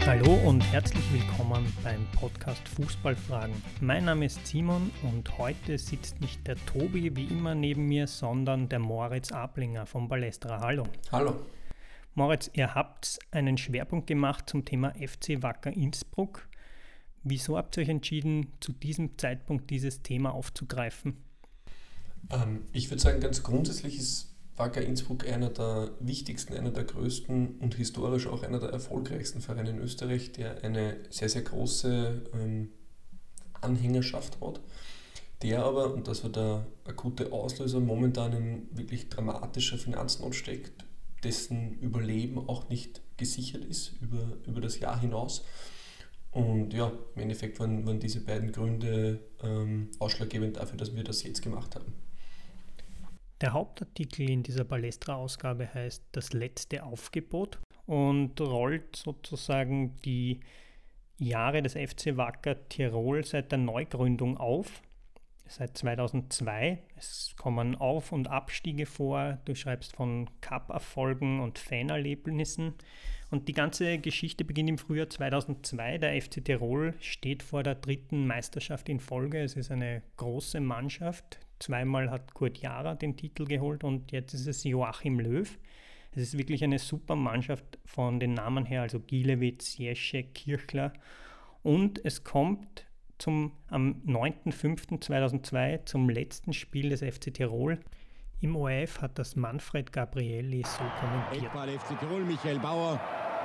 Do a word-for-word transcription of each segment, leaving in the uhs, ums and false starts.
Hallo und herzlich willkommen beim Podcast Fußballfragen. Mein Name ist Simon und heute sitzt nicht der Tobi wie immer neben mir, sondern der Moritz Ablinger vom Ballestra. Hallo. Hallo. Moritz, ihr habt einen Schwerpunkt gemacht zum Thema F C Wacker Innsbruck. Wieso habt ihr euch entschieden, zu diesem Zeitpunkt dieses Thema aufzugreifen? Ähm, ich würde sagen, ganz grundsätzlich ist Wacker Innsbruck einer der wichtigsten, einer der größten und historisch auch einer der erfolgreichsten Vereine in Österreich, der eine sehr, sehr große ähm, Anhängerschaft hat, der aber, und das war der akute Auslöser, momentan in wirklich dramatischer Finanznot steckt, dessen Überleben auch nicht gesichert ist über, über das Jahr hinaus. Und ja, im Endeffekt waren, waren diese beiden Gründe ähm, ausschlaggebend dafür, dass wir das jetzt gemacht haben. Der Hauptartikel in dieser Ballestra-Ausgabe heißt Das letzte Aufgebot und rollt sozusagen die Jahre des F C Wacker Tirol seit der Neugründung auf, seit zweitausendzwei. Es kommen Auf- und Abstiege vor, du schreibst von Cup-Erfolgen und Fanerlebnissen und die ganze Geschichte beginnt im Frühjahr zweitausendzwei. Der F C Tirol steht vor der dritten Meisterschaft in Folge. Es ist eine große Mannschaft. Zweimal hat Kurt Jara den Titel geholt und jetzt ist es Joachim Löw. Es ist wirklich eine super Mannschaft von den Namen her, also Gielewitz, Jeschek, Kirchler. Und es kommt zum, am neunten fünften zweitausendzwei zum letzten Spiel des F C Tirol. Im O R F hat das Manfred Gabrielli so kommentiert. Eckball F C Tirol, Michael Bauer.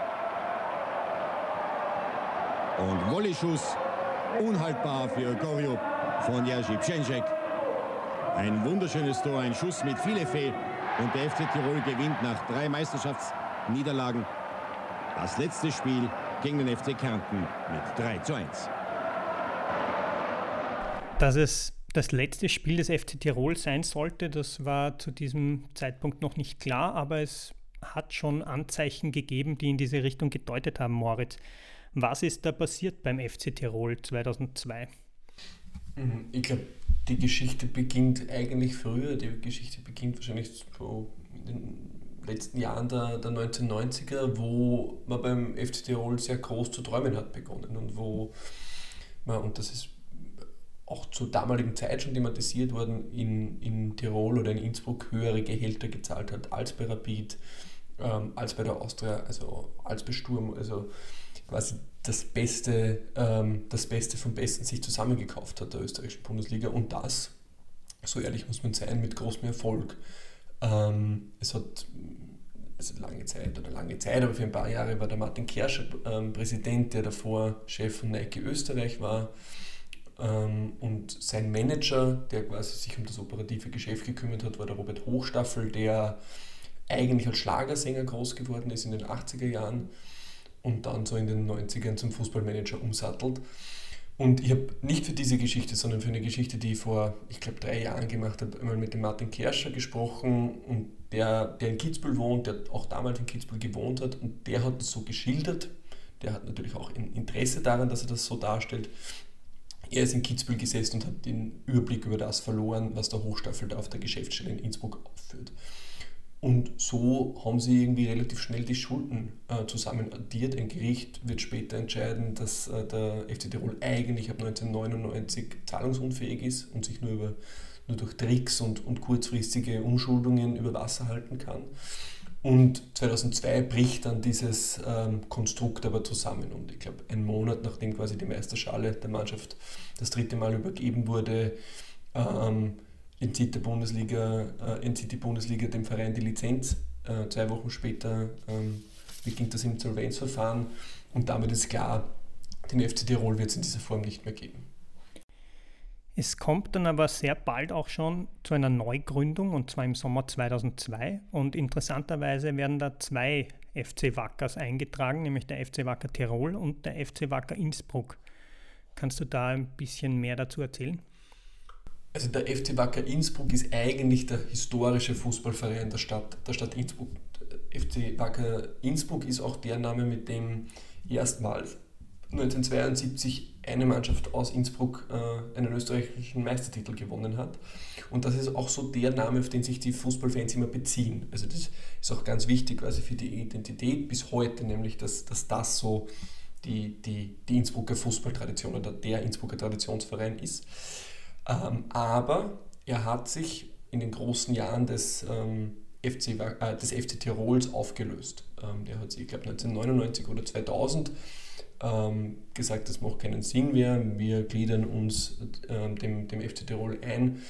Und Volleyschuss, unhaltbar für Gorjup von Jerzy Pschenczek. Ein wunderschönes Tor, ein Schuss mit viel Effet und der F C Tirol gewinnt nach drei Meisterschaftsniederlagen das letzte Spiel gegen den F C Kärnten mit drei zu eins. Dass es das letzte Spiel des F C Tirol sein sollte, das war zu diesem Zeitpunkt noch nicht klar, aber es hat schon Anzeichen gegeben, die in diese Richtung gedeutet haben, Moritz. Was ist da passiert beim F C Tirol zweitausendzwei? Ich glaube, die Geschichte beginnt eigentlich früher. Die Geschichte beginnt wahrscheinlich so in den letzten Jahren der, der neunzehnhundertneunziger, wo man beim F C Tirol sehr groß zu träumen hat begonnen und wo man, und das ist auch zur damaligen Zeit schon thematisiert worden, in, in Tirol oder in Innsbruck höhere Gehälter gezahlt hat als bei Rapid, ähm, als bei der Austria, also als bei Sturm, also quasi das Beste, ähm, das Beste vom Besten sich zusammengekauft hat der österreichischen Bundesliga und das, so ehrlich muss man sein, mit großem Erfolg. Ähm, es hat also lange Zeit oder lange Zeit, aber für ein paar Jahre war der Martin Kerscher ähm, Präsident, der davor Chef von Nike Österreich war. Und sein Manager, der quasi sich um das operative Geschäft gekümmert hat, war der Robert Hochstaffel, der eigentlich als Schlagersänger groß geworden ist in den achtziger Jahren und dann so in den neunzigern zum Fußballmanager umsattelt. Und ich habe nicht für diese Geschichte, sondern für eine Geschichte, die ich vor, ich glaube, drei Jahren gemacht habe, einmal mit dem Martin Kerscher gesprochen, und der, der in Kitzbühel wohnt, der auch damals in Kitzbühel gewohnt hat, und der hat das so geschildert. Der hat natürlich auch ein Interesse daran, dass er das so darstellt. Er ist in Kitzbühel gesessen und hat den Überblick über das verloren, was der Hochstaffel da auf der Geschäftsstelle in Innsbruck aufführt. Und so haben sie irgendwie relativ schnell die Schulden äh, zusammen addiert. Ein Gericht wird später entscheiden, dass äh, der F C Tirol eigentlich ab neunzehnhundertneunundneunzig zahlungsunfähig ist und sich nur, über, nur durch Tricks und, und kurzfristige Umschuldungen über Wasser halten kann. Und zweitausendzwei bricht dann dieses ähm, Konstrukt aber zusammen. Und ich glaube, einen Monat nachdem quasi die Meisterschale der Mannschaft das dritte Mal übergeben wurde, ähm, entzieht, der Bundesliga, äh, entzieht die Bundesliga dem Verein die Lizenz. Äh, zwei Wochen später ähm, beginnt das Insolvenzverfahren und damit ist klar, den F C Tirol wird es in dieser Form nicht mehr geben. Es kommt dann aber sehr bald auch schon zu einer Neugründung, und zwar im Sommer zweitausendzwei. Und interessanterweise werden da zwei F C Wackers eingetragen, nämlich der F C Wacker Tirol und der F C Wacker Innsbruck. Kannst du da ein bisschen mehr dazu erzählen? Also der F C Wacker Innsbruck ist eigentlich der historische Fußballverein der Stadt, der Stadt Innsbruck. Der F C Wacker Innsbruck ist auch der Name, mit dem erstmals neunzehnhundertzweiundsiebzig eine Mannschaft aus Innsbruck äh, einen österreichischen Meistertitel gewonnen hat. Und das ist auch so der Name, auf den sich die Fußballfans immer beziehen. Also das ist auch ganz wichtig quasi für die Identität bis heute, nämlich dass, dass das so die, die, die Innsbrucker Fußballtradition oder der Innsbrucker Traditionsverein ist. Ähm, aber er hat sich in den großen Jahren des, ähm, F C, äh, des F C Tirols aufgelöst. Ähm, der hat sich, ich glaube neunzehnhundertneunundneunzig oder zweitausend ähm, gesagt, das macht keinen Sinn mehr, wir gliedern uns ähm, dem, dem F C Tirol ein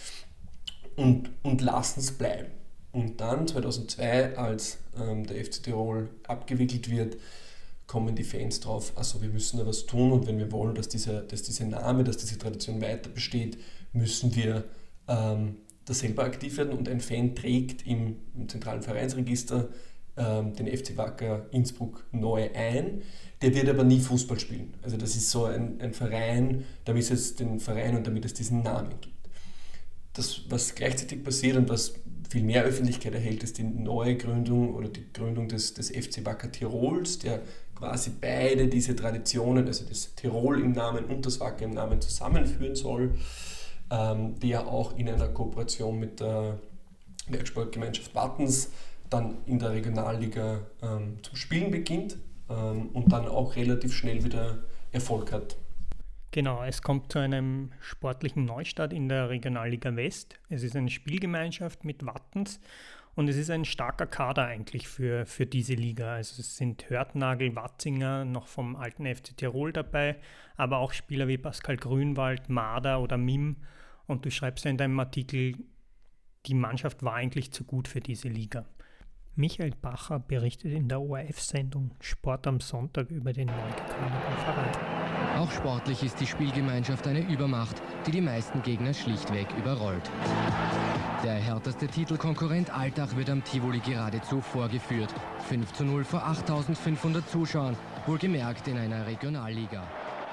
und, und lassen es bleiben. Und dann zweitausendzwei, als ähm, der F C Tirol abgewickelt wird, kommen die Fans drauf, also wir müssen da was tun, und wenn wir wollen, dass dieser, dass dieser Name, dass diese Tradition weiter besteht, müssen wir ähm, da selber aktiv werden, und ein Fan trägt im, im zentralen Vereinsregister ähm, den F C Wacker Innsbruck neu ein. Der wird aber nie Fußball spielen. Also das ist so ein, ein Verein, damit es den Verein und damit es diesen Namen gibt. Das, was gleichzeitig passiert und was viel mehr Öffentlichkeit erhält, ist die neue Gründung oder die Gründung des, des F C Wacker Tirols, der quasi beide diese Traditionen, also das Tirol im Namen und das Wacker im Namen, zusammenführen soll, ähm, der auch in einer Kooperation mit der Werksportgemeinschaft Wattens dann in der Regionalliga ähm, zum Spielen beginnt ähm, und dann auch relativ schnell wieder Erfolg hat. Genau, es kommt zu einem sportlichen Neustart in der Regionalliga West. Es ist eine Spielgemeinschaft mit Wattens und es ist ein starker Kader eigentlich für, für diese Liga. Also es sind Hörtnagel, Watzinger, noch vom alten F C Tirol dabei, aber auch Spieler wie Pascal Grünwald, Marder oder Mim. Und du schreibst ja in deinem Artikel, die Mannschaft war eigentlich zu gut für diese Liga. Michael Bacher berichtet in der O R F-Sendung Sport am Sonntag über den neu gegründeten Verein. Auch sportlich ist die Spielgemeinschaft eine Übermacht, die die meisten Gegner schlichtweg überrollt. Der härteste Titelkonkurrent Altach wird am Tivoli geradezu vorgeführt. fünf zu null vor achttausendfünfhundert Zuschauern, wohlgemerkt in einer Regionalliga.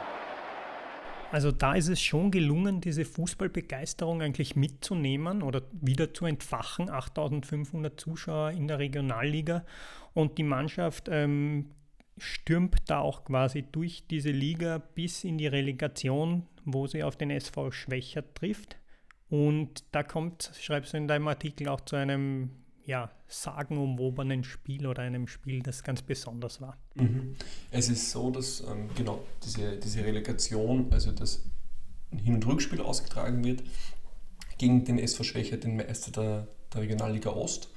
Also da ist es schon gelungen, diese Fußballbegeisterung eigentlich mitzunehmen oder wieder zu entfachen. achttausendfünfhundert Zuschauer in der Regionalliga, und die Mannschaft ähm, stürmt da auch quasi durch diese Liga bis in die Relegation, wo sie auf den S V Schwächert trifft. Und da kommt, schreibst du in deinem Artikel, auch zu einem ja, sagenumwobenen Spiel oder einem Spiel, das ganz besonders war. Mhm. Es ist so, dass ähm, genau diese, diese Relegation, also das Hin- und Rückspiel ausgetragen wird gegen den S V Schwächert, den Meister der, der Regionalliga Ost.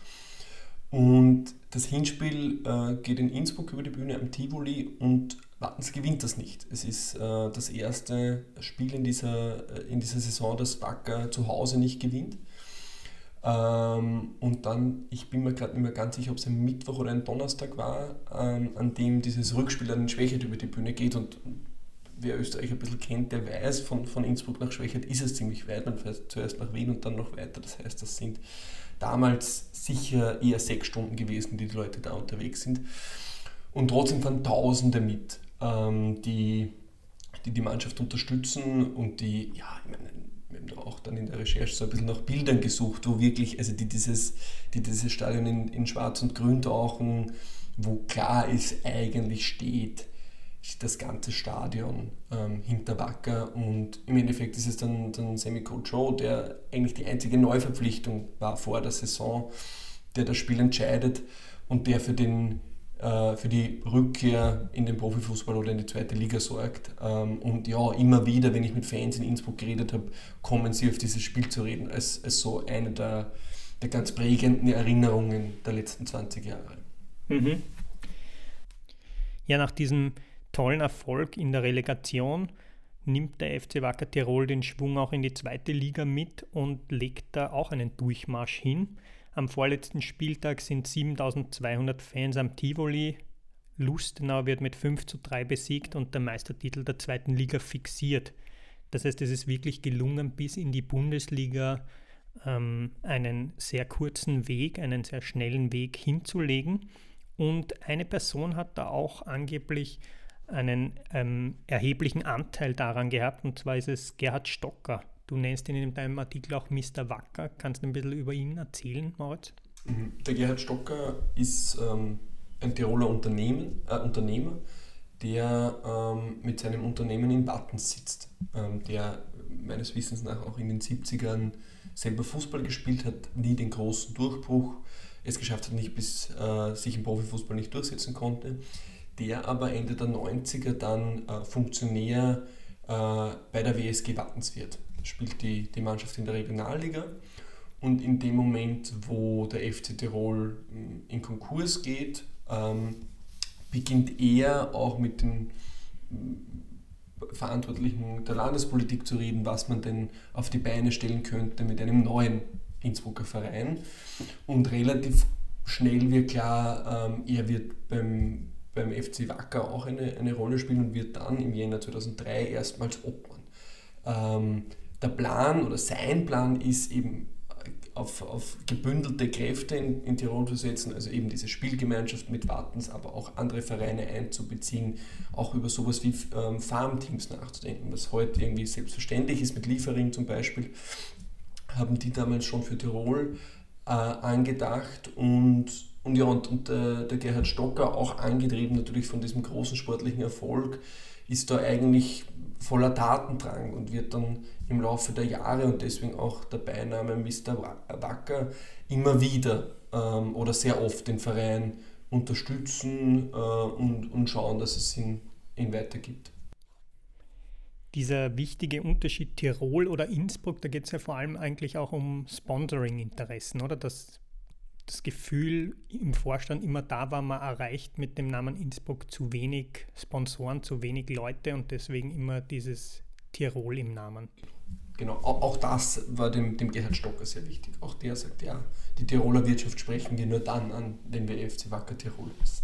Und das Hinspiel äh, geht in Innsbruck über die Bühne am Tivoli und Wattens gewinnt das nicht. Es ist äh, das erste Spiel in dieser, in dieser Saison, das Wacker zu Hause nicht gewinnt. Ähm, und dann, ich bin mir gerade nicht mehr ganz sicher, ob es ein Mittwoch oder ein Donnerstag war, ähm, an dem dieses Rückspiel dann in Schwächert über die Bühne geht. Und wer Österreich ein bisschen kennt, der weiß, von, von Innsbruck nach Schwächert ist es ziemlich weit. Man fährt zuerst nach Wien und dann noch weiter. Das heißt, das sind damals sicher eher sechs Stunden gewesen, die die Leute da unterwegs sind. Und trotzdem fahren Tausende mit, ähm, die, die die Mannschaft unterstützen und die, ja, ich meine, wir haben da auch dann in der Recherche so ein bisschen nach Bildern gesucht, wo wirklich, also die dieses, die dieses Stadion in, in Schwarz und Grün tauchen, wo klar ist, eigentlich steht das ganze Stadion ähm, hinter Wacker, und im Endeffekt ist es dann, dann Sammy Cocho, der eigentlich die einzige Neuverpflichtung war vor der Saison, der das Spiel entscheidet und der für, den, äh, für die Rückkehr in den Profifußball oder in die zweite Liga sorgt. Ähm, und ja, immer wieder, wenn ich mit Fans in Innsbruck geredet habe, kommen sie auf dieses Spiel zu reden, als, als so eine der, der ganz prägenden Erinnerungen der letzten zwanzig Jahre. Mhm. Ja, nach diesem tollen Erfolg in der Relegation nimmt der F C Wacker Tirol den Schwung auch in die zweite Liga mit und legt da auch einen Durchmarsch hin. Am vorletzten Spieltag sind siebentausendzweihundert Fans am Tivoli. Lustenau wird mit fünf zu drei besiegt und der Meistertitel der zweiten Liga fixiert. Das heißt, es ist wirklich gelungen, bis in die Bundesliga ähm, einen sehr kurzen Weg, einen sehr schnellen Weg hinzulegen. Und eine Person hat da auch angeblich einen ähm, erheblichen Anteil daran gehabt, und zwar ist es Gerhard Stocker. Du nennst ihn in deinem Artikel auch Mister Wacker. Kannst du ein bisschen über ihn erzählen, Moritz? Der Gerhard Stocker ist ähm, ein Tiroler Unternehmen, äh, Unternehmer, der ähm, mit seinem Unternehmen in Wattens sitzt, ähm, der meines Wissens nach auch in den siebzigern selber Fußball gespielt hat, nie den großen Durchbruch es geschafft hat, nicht bis äh, sich im Profifußball nicht durchsetzen konnte, der aber Ende der neunziger dann äh, Funktionär äh, bei der W S G Wattens wird. Da spielt die, die Mannschaft in der Regionalliga und in dem Moment, wo der F C Tirol in Konkurs geht, ähm, beginnt er auch mit den Verantwortlichen der Landespolitik zu reden, was man denn auf die Beine stellen könnte mit einem neuen Innsbrucker Verein. Und relativ schnell wird klar, ähm, er wird beim, beim F C Wacker auch eine, eine Rolle spielen und wird dann im Jänner zweitausenddrei erstmals Obmann. Ähm, der Plan oder sein Plan ist eben auf, auf gebündelte Kräfte in, in Tirol zu setzen, also eben diese Spielgemeinschaft mit Wattens, aber auch andere Vereine einzubeziehen, auch über sowas wie ähm, Farmteams nachzudenken, was heute irgendwie selbstverständlich ist, mit Liefering zum Beispiel, haben die damals schon für Tirol äh, angedacht und, und ja, und, und äh, der Gerhard Stocker, auch angetrieben natürlich von diesem großen sportlichen Erfolg, ist da eigentlich voller Tatendrang und wird dann im Laufe der Jahre und deswegen auch der Beiname Mister Wacker immer wieder ähm, oder sehr oft den Verein unterstützen äh, und, und schauen, dass es ihn, ihn weitergibt. Dieser wichtige Unterschied Tirol oder Innsbruck, da geht es ja vor allem eigentlich auch um Sponsoring-Interessen, oder? Dass das Gefühl im Vorstand immer da war, man erreicht mit dem Namen Innsbruck zu wenig Sponsoren, zu wenig Leute und deswegen immer dieses Tirol im Namen. Genau, auch das war dem, dem Gerhard Stocker sehr wichtig. Auch der sagt, ja, die Tiroler Wirtschaft sprechen wir nur dann an, wenn wir F C Wacker Tirol ist.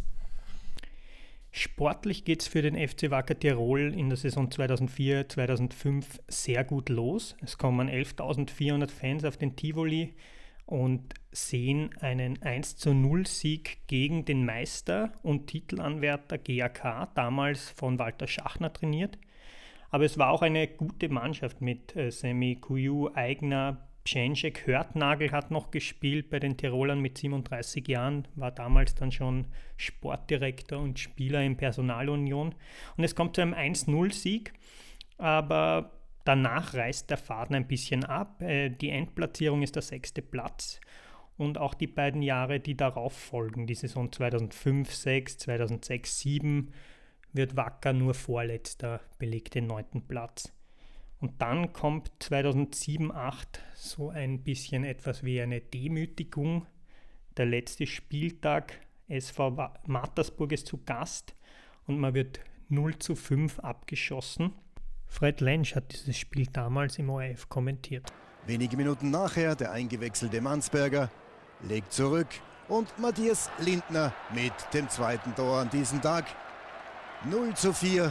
Sportlich geht es für den F C Wacker Tirol in der Saison zweitausendvier zweitausendfünf sehr gut los. Es kommen elftausendvierhundert Fans auf den Tivoli und sehen einen eins zu null Sieg gegen den Meister und Titelanwärter G A K, damals von Walter Schachner trainiert. Aber es war auch eine gute Mannschaft mit äh, Semi Kuju, Eigner, Pschenschek, Hörtnagel hat noch gespielt bei den Tirolern mit siebenunddreißig Jahren, war damals dann schon Sportdirektor und Spieler in Personalunion. Und es kommt zu einem eins null Sieg, aber danach reißt der Faden ein bisschen ab. Äh, die Endplatzierung ist der sechste Platz. Und auch die beiden Jahre, die darauf folgen, die Saison zweitausendfünf sechs, zweitausendsechs sieben, wird Wacker nur Vorletzter, belegt den neunten Platz. Und dann kommt zweitausendsieben acht so ein bisschen etwas wie eine Demütigung. Der letzte Spieltag, S V Mattersburg ist zu Gast und man wird null zu fünf abgeschossen. Fred Lensch hat dieses Spiel damals im O R F kommentiert. Wenige Minuten nachher der eingewechselte Mansberger legt zurück und Matthias Lindner mit dem zweiten Tor an diesem Tag. null zu vier.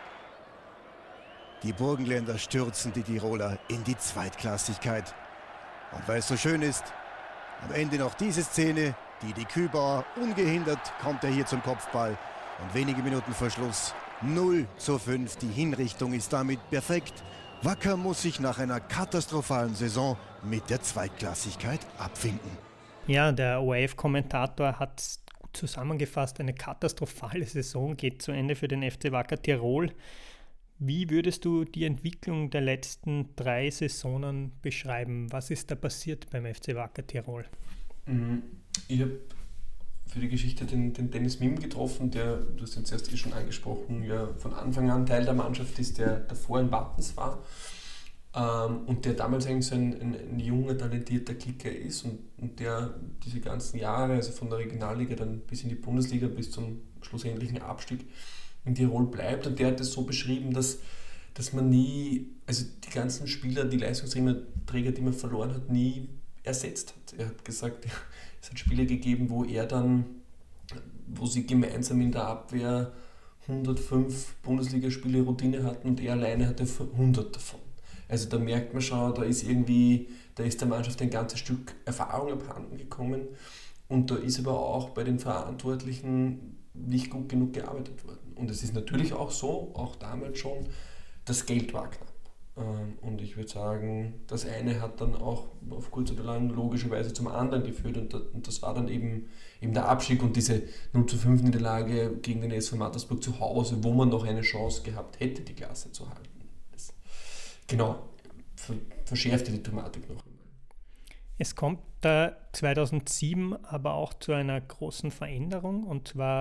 Die Burgenländer stürzen die Tiroler in die Zweitklassigkeit. Und weil es so schön ist, am Ende noch diese Szene, die die Kübauer ungehindert kommt er hier zum Kopfball. Und wenige Minuten vor Schluss null zu fünf. Die Hinrichtung ist damit perfekt. Wacker muss sich nach einer katastrophalen Saison mit der Zweitklassigkeit abfinden. Ja, der O R F-Kommentator hat es gut zusammengefasst. Eine katastrophale Saison geht zu Ende für den F C Wacker Tirol. Wie würdest du die Entwicklung der letzten drei Saisonen beschreiben? Was ist da passiert beim F C Wacker Tirol? Ich habe für die Geschichte den, den Dennis Mim getroffen, der, du hast ihn zuerst eh schon angesprochen, ja von Anfang an Teil der Mannschaft ist, der davor in Wattens war ähm, und der damals eigentlich so ein, ein, ein junger, talentierter Kicker ist und, und der diese ganzen Jahre, also von der Regionalliga dann bis in die Bundesliga, bis zum schlussendlichen Abstieg in Tirol bleibt. Und der hat es so beschrieben, dass, dass man nie, also die ganzen Spieler, die Leistungsträger, die man verloren hat, nie ersetzt hat. Er hat gesagt, es hat Spiele gegeben, wo er dann, wo sie gemeinsam in der Abwehr hundertfünf Bundesligaspiele Routine hatten und er alleine hatte hundert davon. Also da merkt man schon, da ist irgendwie, da ist der Mannschaft ein ganzes Stück Erfahrung abhanden gekommen und da ist aber auch bei den Verantwortlichen nicht gut genug gearbeitet worden. Und es ist natürlich auch so, auch damals schon, das Geld war knapp. Und ich würde sagen, das eine hat dann auch auf kurz oder lang logischerweise zum anderen geführt und das war dann eben, eben der Abstieg und diese null zu fünf Niederlage gegen den S V Mattersburg zu Hause, wo man noch eine Chance gehabt hätte, die Klasse zu halten. Das, genau, verschärfte die Thematik noch einmal. Es kommt da zweitausendsieben aber auch zu einer großen Veränderung und zwar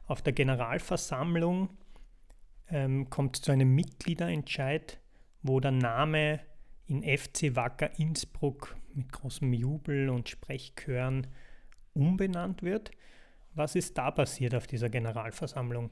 Auf der Generalversammlung ähm, kommt es zu einem Mitgliederentscheid, wo der Name in F C Wacker Innsbruck mit großem Jubel und Sprechchören umbenannt wird. Was ist da passiert auf dieser Generalversammlung?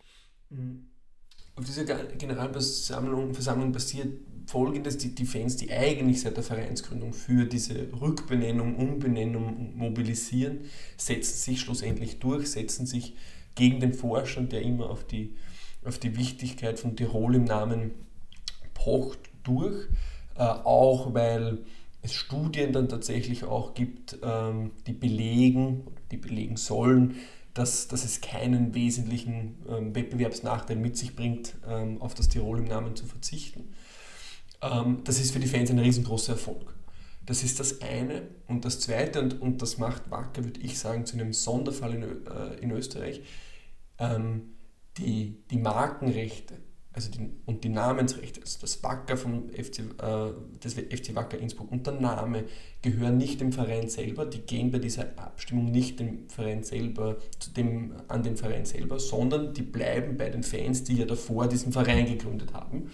Auf dieser Generalversammlung Versammlung passiert Folgendes: die, die Fans, die eigentlich seit der Vereinsgründung für diese Rückbenennung, Umbenennung mobilisieren, setzen sich schlussendlich durch, setzen sich gegen den Vorstand, der immer auf die, auf die Wichtigkeit von Tirol im Namen pocht, durch. Äh, auch weil es Studien dann tatsächlich auch gibt, ähm, die belegen, die belegen sollen, dass, dass es keinen wesentlichen ähm, Wettbewerbsnachteil mit sich bringt, ähm, auf das Tirol im Namen zu verzichten. Ähm, das ist für die Fans ein riesengroßer Erfolg. Das ist das eine. Und das zweite, und, und das macht Wacker, würde ich sagen, zu einem Sonderfall in, äh, in Österreich, ähm, die, die Markenrechte, also die, und die Namensrechte, also das Wacker vom F C, äh, des F C Wacker Innsbruck und der Name gehören nicht dem Verein selber, die gehen bei dieser Abstimmung nicht dem Verein selber, zu dem, an den Verein selber, sondern die bleiben bei den Fans, die ja davor diesen Verein gegründet haben.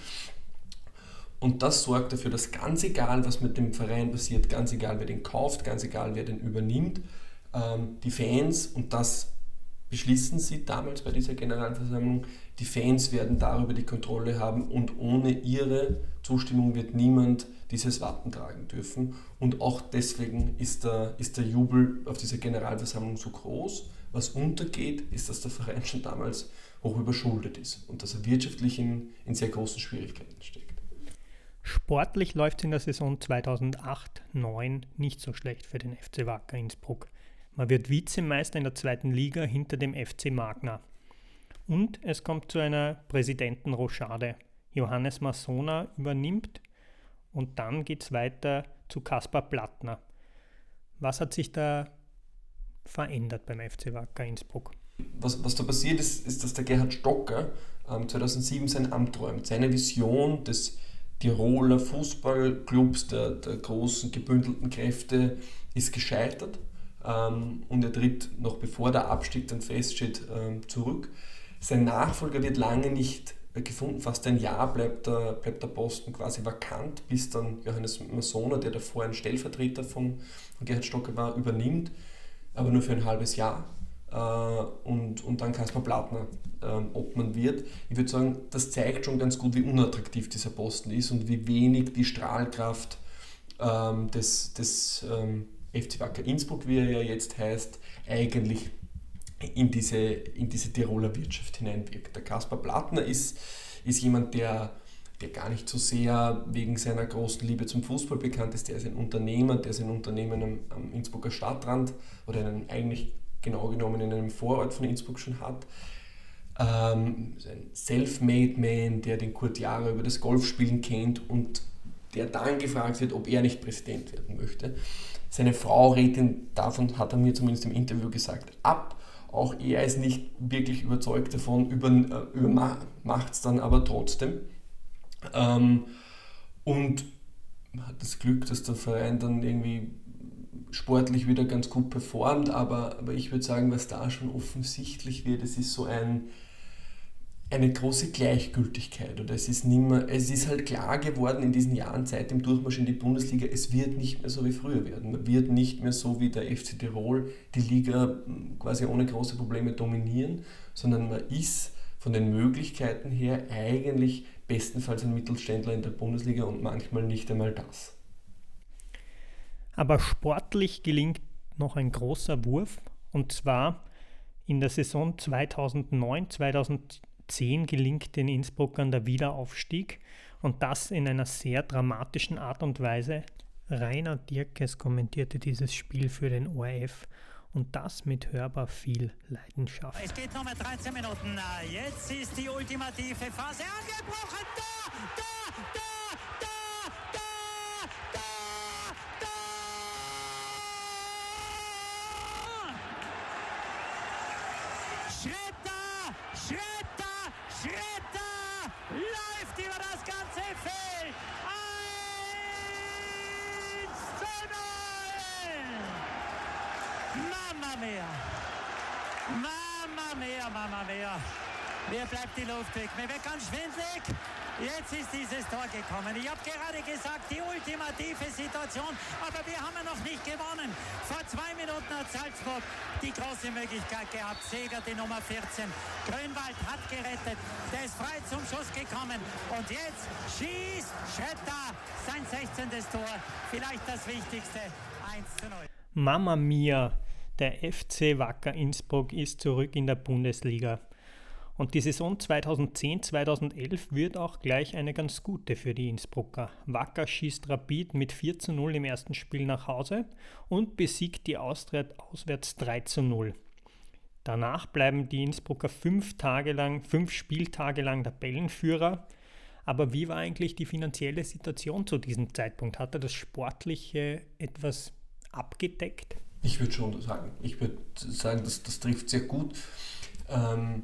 Und das sorgt dafür, dass ganz egal, was mit dem Verein passiert, ganz egal, wer den kauft, ganz egal, wer den übernimmt, ähm, die Fans, und das beschließen sie damals bei dieser Generalversammlung, die Fans werden darüber die Kontrolle haben und ohne ihre Zustimmung wird niemand dieses Wappen tragen dürfen. Und auch deswegen ist der, ist der Jubel auf dieser Generalversammlung so groß. Was untergeht, ist, dass der Verein schon damals hoch überschuldet ist und dass er wirtschaftlich in, in sehr großen Schwierigkeiten steckt. Sportlich läuft es in der Saison zweitausendacht neun nicht so schlecht für den F C Wacker Innsbruck. Man wird Vizemeister in der zweiten Liga hinter dem F C Magna. Und es kommt zu einer Präsidentenrochade. Johannes Masona übernimmt und dann geht es weiter zu Kaspar Plattner. Was hat sich da verändert beim F C Wacker Innsbruck? Was, was da passiert ist, ist, dass der Gerhard Stocker ähm, zweitausendsieben sein Amt räumt. Seine Vision des Tiroler Fußballclubs, der, der großen gebündelten Kräfte, ist gescheitert. Ähm, und er tritt noch bevor der Abstieg dann feststeht, ähm, zurück. Sein Nachfolger wird lange nicht gefunden, fast ein Jahr bleibt der, bleibt der Posten quasi vakant, bis dann Johannes Masona, der davor ein Stellvertreter von, von Gerhard Stocker war, übernimmt, aber nur für ein halbes Jahr. Äh, und, und dann Kaspar Plattner äh, Obmann wird. Ich würde sagen, das zeigt schon ganz gut, wie unattraktiv dieser Posten ist und wie wenig die Strahlkraft ähm, des, des ähm, F C Wacker Innsbruck, wie er ja jetzt heißt, eigentlich in diese, in diese Tiroler Wirtschaft hineinwirkt. Der Kaspar Plattner ist, ist jemand, der, der gar nicht so sehr wegen seiner großen Liebe zum Fußball bekannt ist. Der ist ein Unternehmer, der sein Unternehmen am, am Innsbrucker Stadtrand oder einen, eigentlich genau genommen in einem Vorort von Innsbruck schon hat. Ähm, ein Self-Made Man, der den Kurt Jara über das Golfspielen kennt und der dann gefragt wird, ob er nicht Präsident werden möchte. Seine Frau rät ihn davon, hat er mir zumindest im Interview gesagt, ab. Auch er ist nicht wirklich überzeugt davon, über, über, macht es dann aber trotzdem. Ähm, und man hat das Glück, dass der Verein dann irgendwie sportlich wieder ganz gut performt, aber, aber ich würde sagen, was da schon offensichtlich wird, es ist so ein, eine große Gleichgültigkeit oder es ist, nimmer, es ist halt klar geworden in diesen Jahren seit dem Durchmarsch in die Bundesliga, es wird nicht mehr so wie früher werden. Man wird nicht mehr so wie der F C Tirol die Liga quasi ohne große Probleme dominieren, sondern man ist von den Möglichkeiten her eigentlich bestenfalls ein Mittelständler in der Bundesliga und manchmal nicht einmal das. Aber sportlich gelingt noch ein großer Wurf und zwar in der Saison zweitausendneun zweitausendzehn gelingt den Innsbruckern der Wiederaufstieg und das in einer sehr dramatischen Art und Weise. Rainer Dierkes kommentierte dieses Spiel für den O R F und das mit hörbar viel Leidenschaft. Es geht nochmal dreizehn Minuten. Jetzt ist die ultimative Phase angebrochen. Da, da, da, da, da, da, da. Schritter, Schritter, Schritter läuft über das ganze Feld. eins zu null. Mamma mia. Mamma Mama mia, Mama mia. Mir bleibt die Luft weg. Mir wird ganz schwindelig. Jetzt ist dieses Tor gekommen. Ich habe gerade gesagt, die ultimative Situation, aber wir haben ja noch nicht gewonnen. Vor zwei Minuten hat Salzburg die große Möglichkeit gehabt. Seger, die Nummer vierzehn. Grönwald hat gerettet. Der ist frei zum Schuss gekommen. Und jetzt schießt Schötter sein sechzehntes Tor. Vielleicht das Wichtigste. eins zu null. Mama mia, der F C Wacker Innsbruck ist zurück in der Bundesliga. Und die Saison zweitausendzehn zweitausendelf wird auch gleich eine ganz gute für die Innsbrucker. Wacker schießt Rapid mit vier zu null im ersten Spiel nach Hause und besiegt die Austria auswärts drei zu null. Danach bleiben die Innsbrucker fünf Tage lang, fünf Spieltage lang Tabellenführer. Aber wie war eigentlich die finanzielle Situation zu diesem Zeitpunkt? Hat er das Sportliche etwas abgedeckt? Ich würde schon sagen, ich würde sagen, das, das trifft sehr gut. Ähm,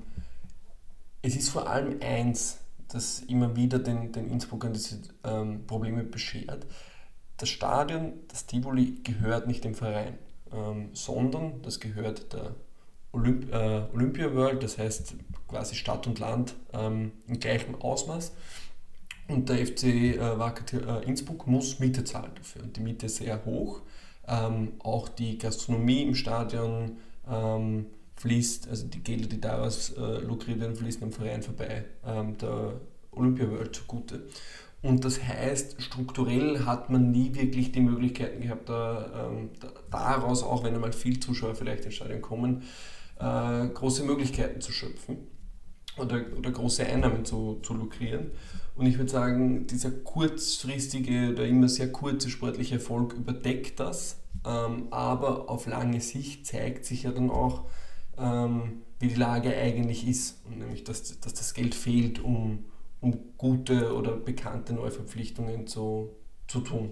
Es ist vor allem eins, das immer wieder den, den Innsbruckern diese ähm, Probleme beschert. Das Stadion, das Tivoli, gehört nicht dem Verein, ähm, sondern das gehört der Olymp äh, Olympia World, das heißt quasi Stadt und Land ähm, in gleichem Ausmaß. Und der F C äh, Wacker äh, Innsbruck muss Miete zahlen dafür. Und die Miete ist sehr hoch. Ähm, auch die Gastronomie im Stadion ähm, fließt, also die Gelder, die daraus äh, lukriert werden, fließen am Verein vorbei, ähm, der Olympia World zugute. Und das heißt, strukturell hat man nie wirklich die Möglichkeiten gehabt, da, ähm, da, daraus, auch wenn einmal viel Zuschauer vielleicht ins Stadion kommen, äh, große Möglichkeiten zu schöpfen oder, oder große Einnahmen zu, zu lukrieren. Und ich würde sagen, dieser kurzfristige oder immer sehr kurze sportliche Erfolg überdeckt das, ähm, aber auf lange Sicht zeigt sich ja dann auch, Ähm, wie die Lage eigentlich ist, und nämlich, dass, dass das Geld fehlt, um, um gute oder bekannte Neuverpflichtungen zu, zu tun.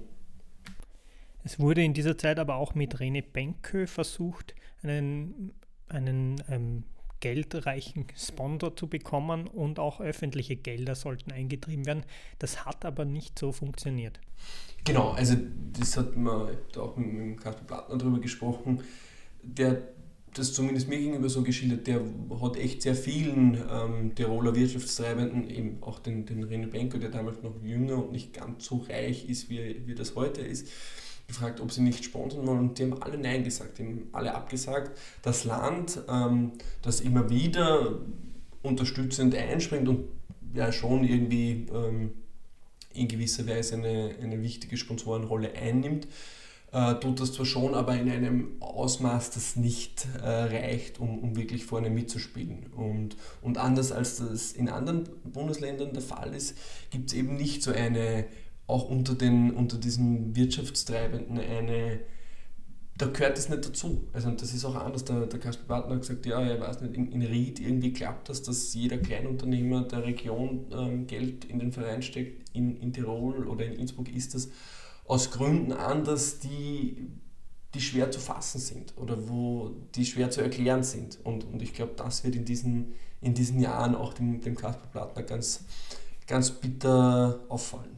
Es wurde in dieser Zeit aber auch mit René Benko versucht, einen, einen ähm, geldreichen Sponsor zu bekommen, und auch öffentliche Gelder sollten eingetrieben werden. Das hat aber nicht so funktioniert. Genau, also das hat man auch mit, mit Kasper Plattner darüber gesprochen, der das zumindest mir gegenüber so geschildert, der hat echt sehr vielen ähm, Tiroler Wirtschaftstreibenden, eben auch den, den René Benko, der damals noch jünger und nicht ganz so reich ist, wie, wie das heute ist, gefragt, ob sie nicht sponsern wollen, und die haben alle Nein gesagt, die haben alle abgesagt. Das Land, ähm, das immer wieder unterstützend einspringt und ja schon irgendwie ähm, in gewisser Weise eine, eine wichtige Sponsorenrolle einnimmt, Uh, tut das zwar schon, aber in einem Ausmaß, das nicht uh, reicht, um, um wirklich vorne mitzuspielen. Und, und anders als das in anderen Bundesländern der Fall ist, gibt es eben nicht so eine, auch unter, den, unter diesen Wirtschaftstreibenden, eine, da gehört es nicht dazu. Also das ist auch anders. Der, der Kasper Plattner hat gesagt, ja, er weiß nicht, in, in Ried irgendwie klappt das, dass jeder Kleinunternehmer der Region ähm, Geld in den Verein steckt. In, in Tirol oder in Innsbruck ist das aus Gründen anders, die, die schwer zu fassen sind oder wo die schwer zu erklären sind. Und, und ich glaube, das wird in diesen, in diesen Jahren auch dem, dem Kasper Plattner ganz, ganz bitter auffallen.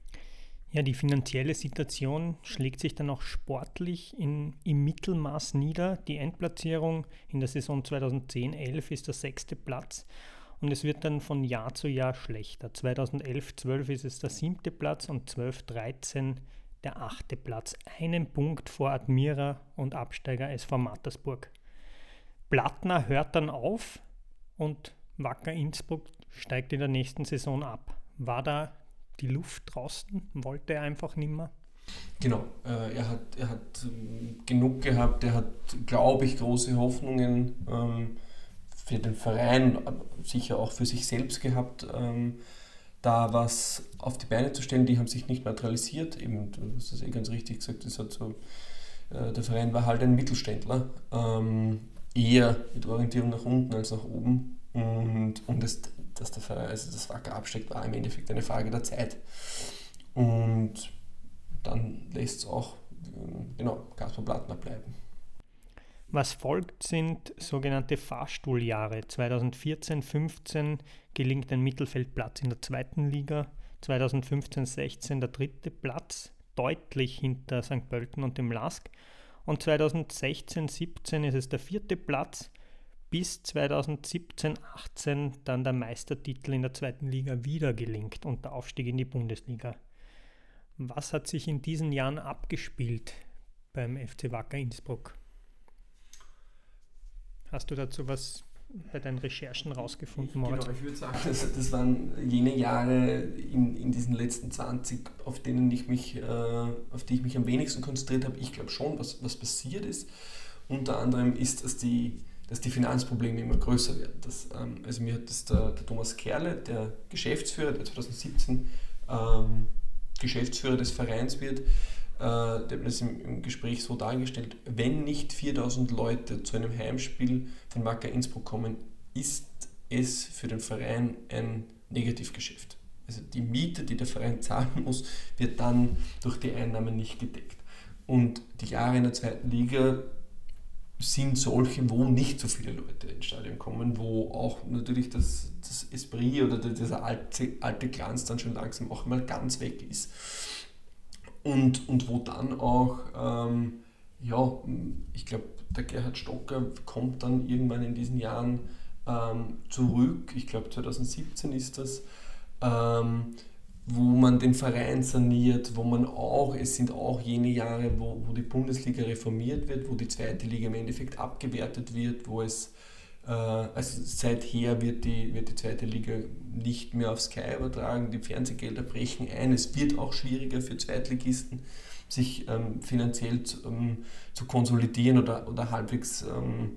Ja, die finanzielle Situation schlägt sich dann auch sportlich in, im Mittelmaß nieder. Die Endplatzierung in der Saison zweitausendzehn elf ist der sechste Platz. Und es wird dann von Jahr zu Jahr schlechter. zweitausendelf zwölf ist es der siebte Platz und zwölf dreizehn der achte Platz. Einen Punkt vor Admira und Absteiger S V Mattersburg. Plattner hört dann auf und Wacker Innsbruck steigt in der nächsten Saison ab. War da die Luft draußen? Wollte er einfach nimmer? Genau, äh, er hat, er hat ähm, genug gehabt. Er hat, glaube ich, große Hoffnungen ähm, für den Verein, aber sicher auch für sich selbst gehabt, ähm, da was auf die Beine zu stellen. Die haben sich nicht materialisiert. Eben, du hast das eh ganz richtig gesagt, das hat so, äh, der Verein war halt ein Mittelständler, ähm, eher mit Orientierung nach unten als nach oben. Und, und das, dass der Verein, also das Wacker absteckt, war im Endeffekt eine Frage der Zeit. Und dann lässt es auch äh, genau, Kasper Plattner bleiben. Was folgt, sind sogenannte Fahrstuhljahre. zweitausendvierzehn fünfzehn gelingt ein Mittelfeldplatz in der zweiten Liga, zweitausendfünfzehn sechzehn der dritte Platz, deutlich hinter Sankt Pölten und dem Lask, und zweitausendsechzehn siebzehn ist es der vierte Platz, bis zweitausendsiebzehn achtzehn dann der Meistertitel in der zweiten Liga wieder gelingt und der Aufstieg in die Bundesliga. Was hat sich in diesen Jahren abgespielt beim F C Wacker Innsbruck? Hast du dazu was bei deinen Recherchen rausgefunden, Moritz? Genau, ich würde sagen, das, das waren jene Jahre in, in diesen letzten zwanzig, auf denen ich mich, äh, auf die ich mich am wenigsten konzentriert habe. Ich glaube schon, was, was passiert ist. Unter anderem ist, dass die, dass die Finanzprobleme immer größer werden. Das, ähm, also mir hat das der, der Thomas Kerle, der Geschäftsführer, der zweitausendsiebzehn ähm, Geschäftsführer des Vereins wird, Uh, der hat das im, im Gespräch so dargestellt, wenn nicht viertausend Leute zu einem Heimspiel von Wacker Innsbruck kommen, ist es für den Verein ein Negativgeschäft. Also die Miete, die der Verein zahlen muss, wird dann durch die Einnahmen nicht gedeckt. Und die Jahre in der zweiten Liga sind solche, wo nicht so viele Leute ins Stadion kommen, wo auch natürlich das, das Esprit oder dieser alte, alte Glanz dann schon langsam auch mal ganz weg ist. Und, und wo dann auch, ähm, ja, ich glaube, der Gerhard Stocker kommt dann irgendwann in diesen Jahren ähm, zurück, ich glaube zweitausendsiebzehn ist das, ähm, wo man den Verein saniert, wo man auch, es sind auch jene Jahre, wo, wo die Bundesliga reformiert wird, wo die zweite Liga im Endeffekt abgewertet wird, wo es, äh, also seither wird die, wird die zweite Liga nicht mehr auf Sky übertragen, die Fernsehgelder brechen ein, es wird auch schwieriger für Zweitligisten, sich ähm, finanziell zu, ähm, zu konsolidieren oder, oder halbwegs ähm,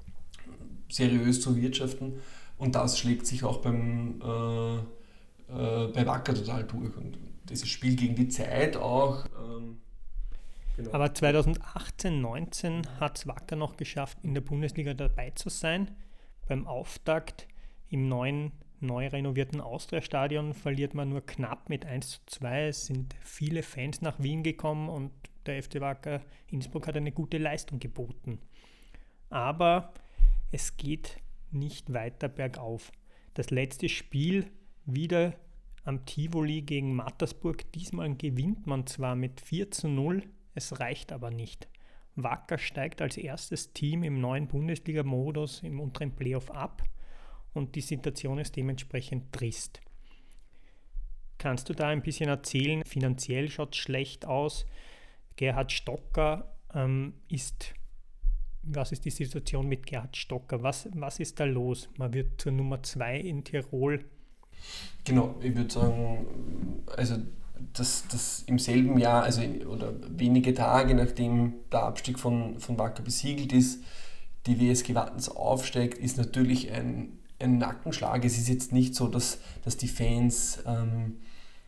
seriös zu wirtschaften, und das schlägt sich auch beim, äh, äh, bei Wacker total durch, und dieses Spiel gegen die Zeit auch. Ähm, genau. Aber zweitausendachtzehn neunzehn hat es Wacker noch geschafft, in der Bundesliga dabei zu sein. Beim Auftakt im neuen, neu renovierten Austria-Stadion verliert man nur knapp mit eins zu zwei. Es sind viele Fans nach Wien gekommen und der F C Wacker Innsbruck hat eine gute Leistung geboten. Aber es geht nicht weiter bergauf. Das letzte Spiel wieder am Tivoli gegen Mattersburg. Diesmal gewinnt man zwar mit vier zu null, es reicht aber nicht. Wacker steigt als erstes Team im neuen Bundesliga-Modus im unteren Playoff ab und die Situation ist dementsprechend trist. Kannst du da ein bisschen erzählen? Finanziell schaut es schlecht aus. Gerhard Stocker ähm, ist, was ist die Situation mit Gerhard Stocker? Was, was ist da los? Man wird zur Nummer zwei in Tirol. Genau, ich würde sagen, also dass das im selben Jahr, also oder wenige Tage nachdem der Abstieg von, von Wacker besiegelt ist, die W S G Wattens aufsteigt, ist natürlich ein, ein Nackenschlag. Es ist jetzt nicht so, dass, dass die Fans ähm,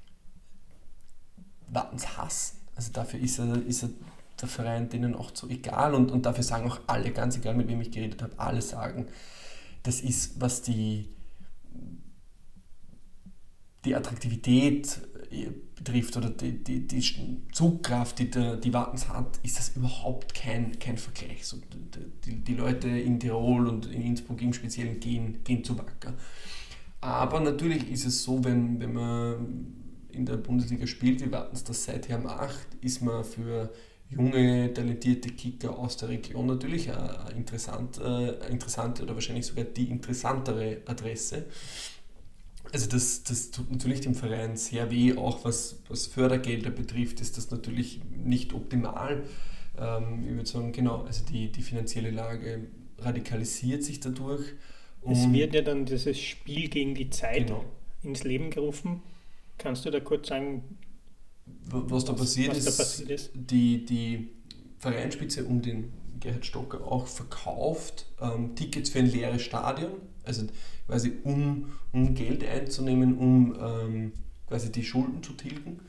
Wattens hassen. Also dafür ist, er, ist er der Verein denen auch so egal, und, und dafür sagen auch alle, ganz egal mit wem ich geredet habe, alle sagen, das ist, was die die Attraktivität betrifft oder die, die, die Zugkraft, die der, die Wattens hat, ist das überhaupt kein, kein Vergleich. So, die, die Leute in Tirol und in Innsbruck im Speziellen gehen, gehen zu Wacker. Aber natürlich ist es so, wenn, wenn man in der Bundesliga spielt, wie Wattens das seither macht, ist man für junge, talentierte Kicker aus der Region natürlich eine interessant, äh, interessante oder wahrscheinlich sogar die interessantere Adresse. Also das, das tut natürlich dem Verein sehr weh, auch was, was Fördergelder betrifft, ist das natürlich nicht optimal. Ähm, ich würde sagen, genau, also die, die finanzielle Lage radikalisiert sich dadurch. Es wird ja dann dieses Spiel gegen die Zeit genau. ins Leben gerufen. Kannst du da kurz sagen, was da passiert, was ist, da passiert ist? Die, die Vereinsspitze um den Gerhard Stocker auch verkauft ähm, Tickets für ein leeres Stadion, also quasi um, um Geld einzunehmen, um ähm, quasi die Schulden zu tilgen.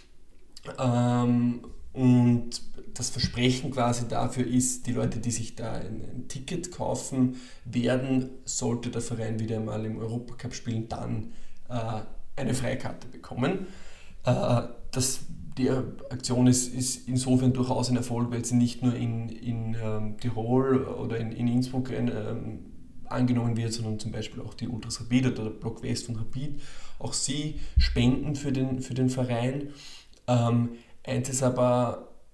Ähm, und das Versprechen quasi dafür ist, die Leute, die sich da ein, ein Ticket kaufen werden, sollte der Verein wieder einmal im Europacup spielen, dann äh, eine Freikarte bekommen. Äh, das Die Aktion ist, ist insofern durchaus ein Erfolg, weil sie nicht nur in, in ähm, Tirol oder in, in Innsbruck ähm, angenommen wird, sondern zum Beispiel auch die Ultras Rapid oder der Block West von Rapid. Auch sie spenden für den, für den Verein. Ähm, eins ist aber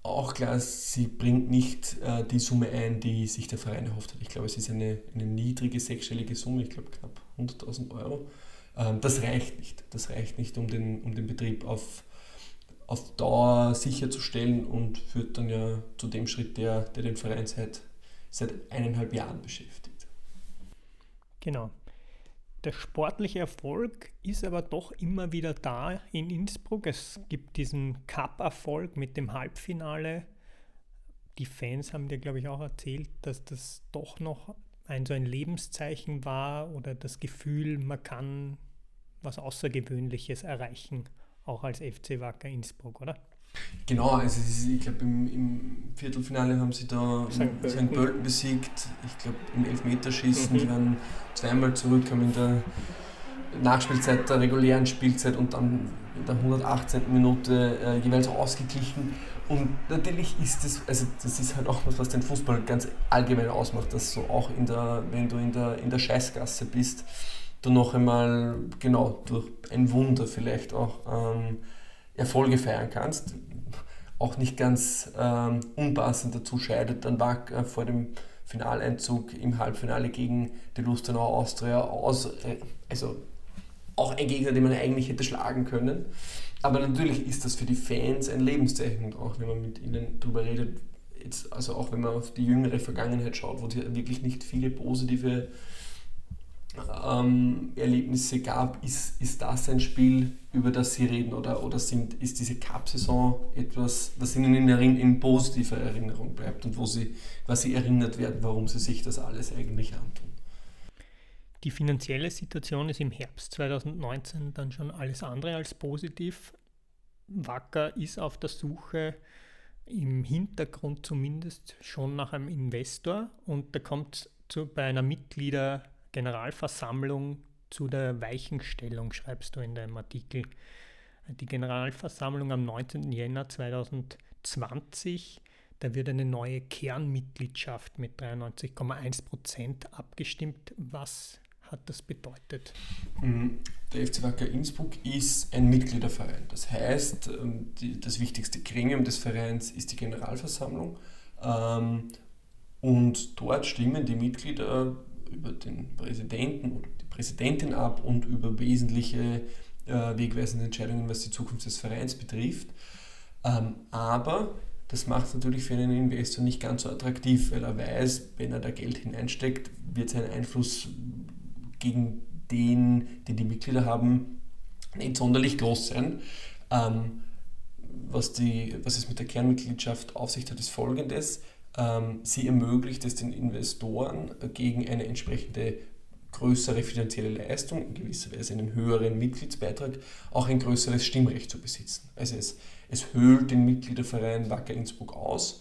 auch klar, sie bringt nicht äh, die Summe ein, die sich der Verein erhofft hat. Ich glaube, es ist eine, eine niedrige sechsstellige Summe, ich glaube knapp hunderttausend Euro. Ähm, das reicht nicht. Das reicht nicht, um den, um den Betrieb auf, auf Dauer sicherzustellen und führt dann ja zu dem Schritt, der, der den Verein seit, seit eineinhalb Jahren beschäftigt. Genau. Der sportliche Erfolg ist aber doch immer wieder da in Innsbruck. Es gibt diesen Cup-Erfolg mit dem Halbfinale. Die Fans haben dir, glaube ich, auch erzählt, dass das doch noch ein so ein Lebenszeichen war oder das Gefühl, man kann was Außergewöhnliches erreichen, auch als F C Wacker Innsbruck, oder? Genau, also es ist, ich glaube im, im Viertelfinale haben sie da Sankt Pölten besiegt, ich glaube im Elfmeterschießen, mhm. die waren zweimal zurück, haben in der Nachspielzeit der regulären Spielzeit und dann in der hundertachtzehnten Minute äh, jeweils ausgeglichen. Und natürlich ist das, also das ist halt auch was, was den Fußball ganz allgemein ausmacht, dass so auch in der, wenn du in der, in der Scheißgasse bist, du noch einmal genau durch ein Wunder vielleicht auch ähm, Erfolge feiern kannst. Auch nicht ganz ähm, unpassend dazu scheidet dann Wacker vor dem Finaleinzug im Halbfinale gegen die Lustenau Austria aus. Also auch ein Gegner, den man eigentlich hätte schlagen können. Aber natürlich ist das für die Fans ein Lebenszeichen und auch wenn man mit ihnen darüber redet, jetzt, also auch wenn man auf die jüngere Vergangenheit schaut, wo es ja wirklich nicht viele positive Ähm, Erlebnisse gab, ist, ist das ein Spiel, über das Sie reden oder, oder sind, ist diese Cup-Saison etwas, was Ihnen in, Erinn- in positiver Erinnerung bleibt und wo Sie quasi erinnert werden, warum Sie sich das alles eigentlich antun? Die finanzielle Situation ist im Herbst zweitausendneunzehn dann schon alles andere als positiv. Wacker ist auf der Suche, im Hintergrund zumindest, schon nach einem Investor und da kommt zu, bei einer Mitglieder Generalversammlung zu der Weichenstellung, schreibst du in deinem Artikel. Die Generalversammlung am neunzehnten Jänner zweitausendzwanzig, da wird eine neue Kernmitgliedschaft mit dreiundneunzig Komma eins Prozent abgestimmt. Was hat das bedeutet? Der F C Wacker Innsbruck ist ein Mitgliederverein. Das heißt, die, das wichtigste Gremium des Vereins ist die Generalversammlung. Und dort stimmen die Mitglieder über den Präsidenten oder die Präsidentin ab und über wesentliche äh, wegweisende Entscheidungen, was die Zukunft des Vereins betrifft. Ähm, aber das macht es natürlich für einen Investor nicht ganz so attraktiv, weil er weiß, wenn er da Geld hineinsteckt, wird sein Einfluss gegen den, den die Mitglieder haben, nicht sonderlich groß sein. Ähm, was, die, was es mit der Kernmitgliedschaft auf sich hat, ist Folgendes. Sie ermöglicht es den Investoren gegen eine entsprechende größere finanzielle Leistung, in gewisser Weise einen höheren Mitgliedsbeitrag, auch ein größeres Stimmrecht zu besitzen. Also es, es höhlt den Mitgliederverein Wacker Innsbruck aus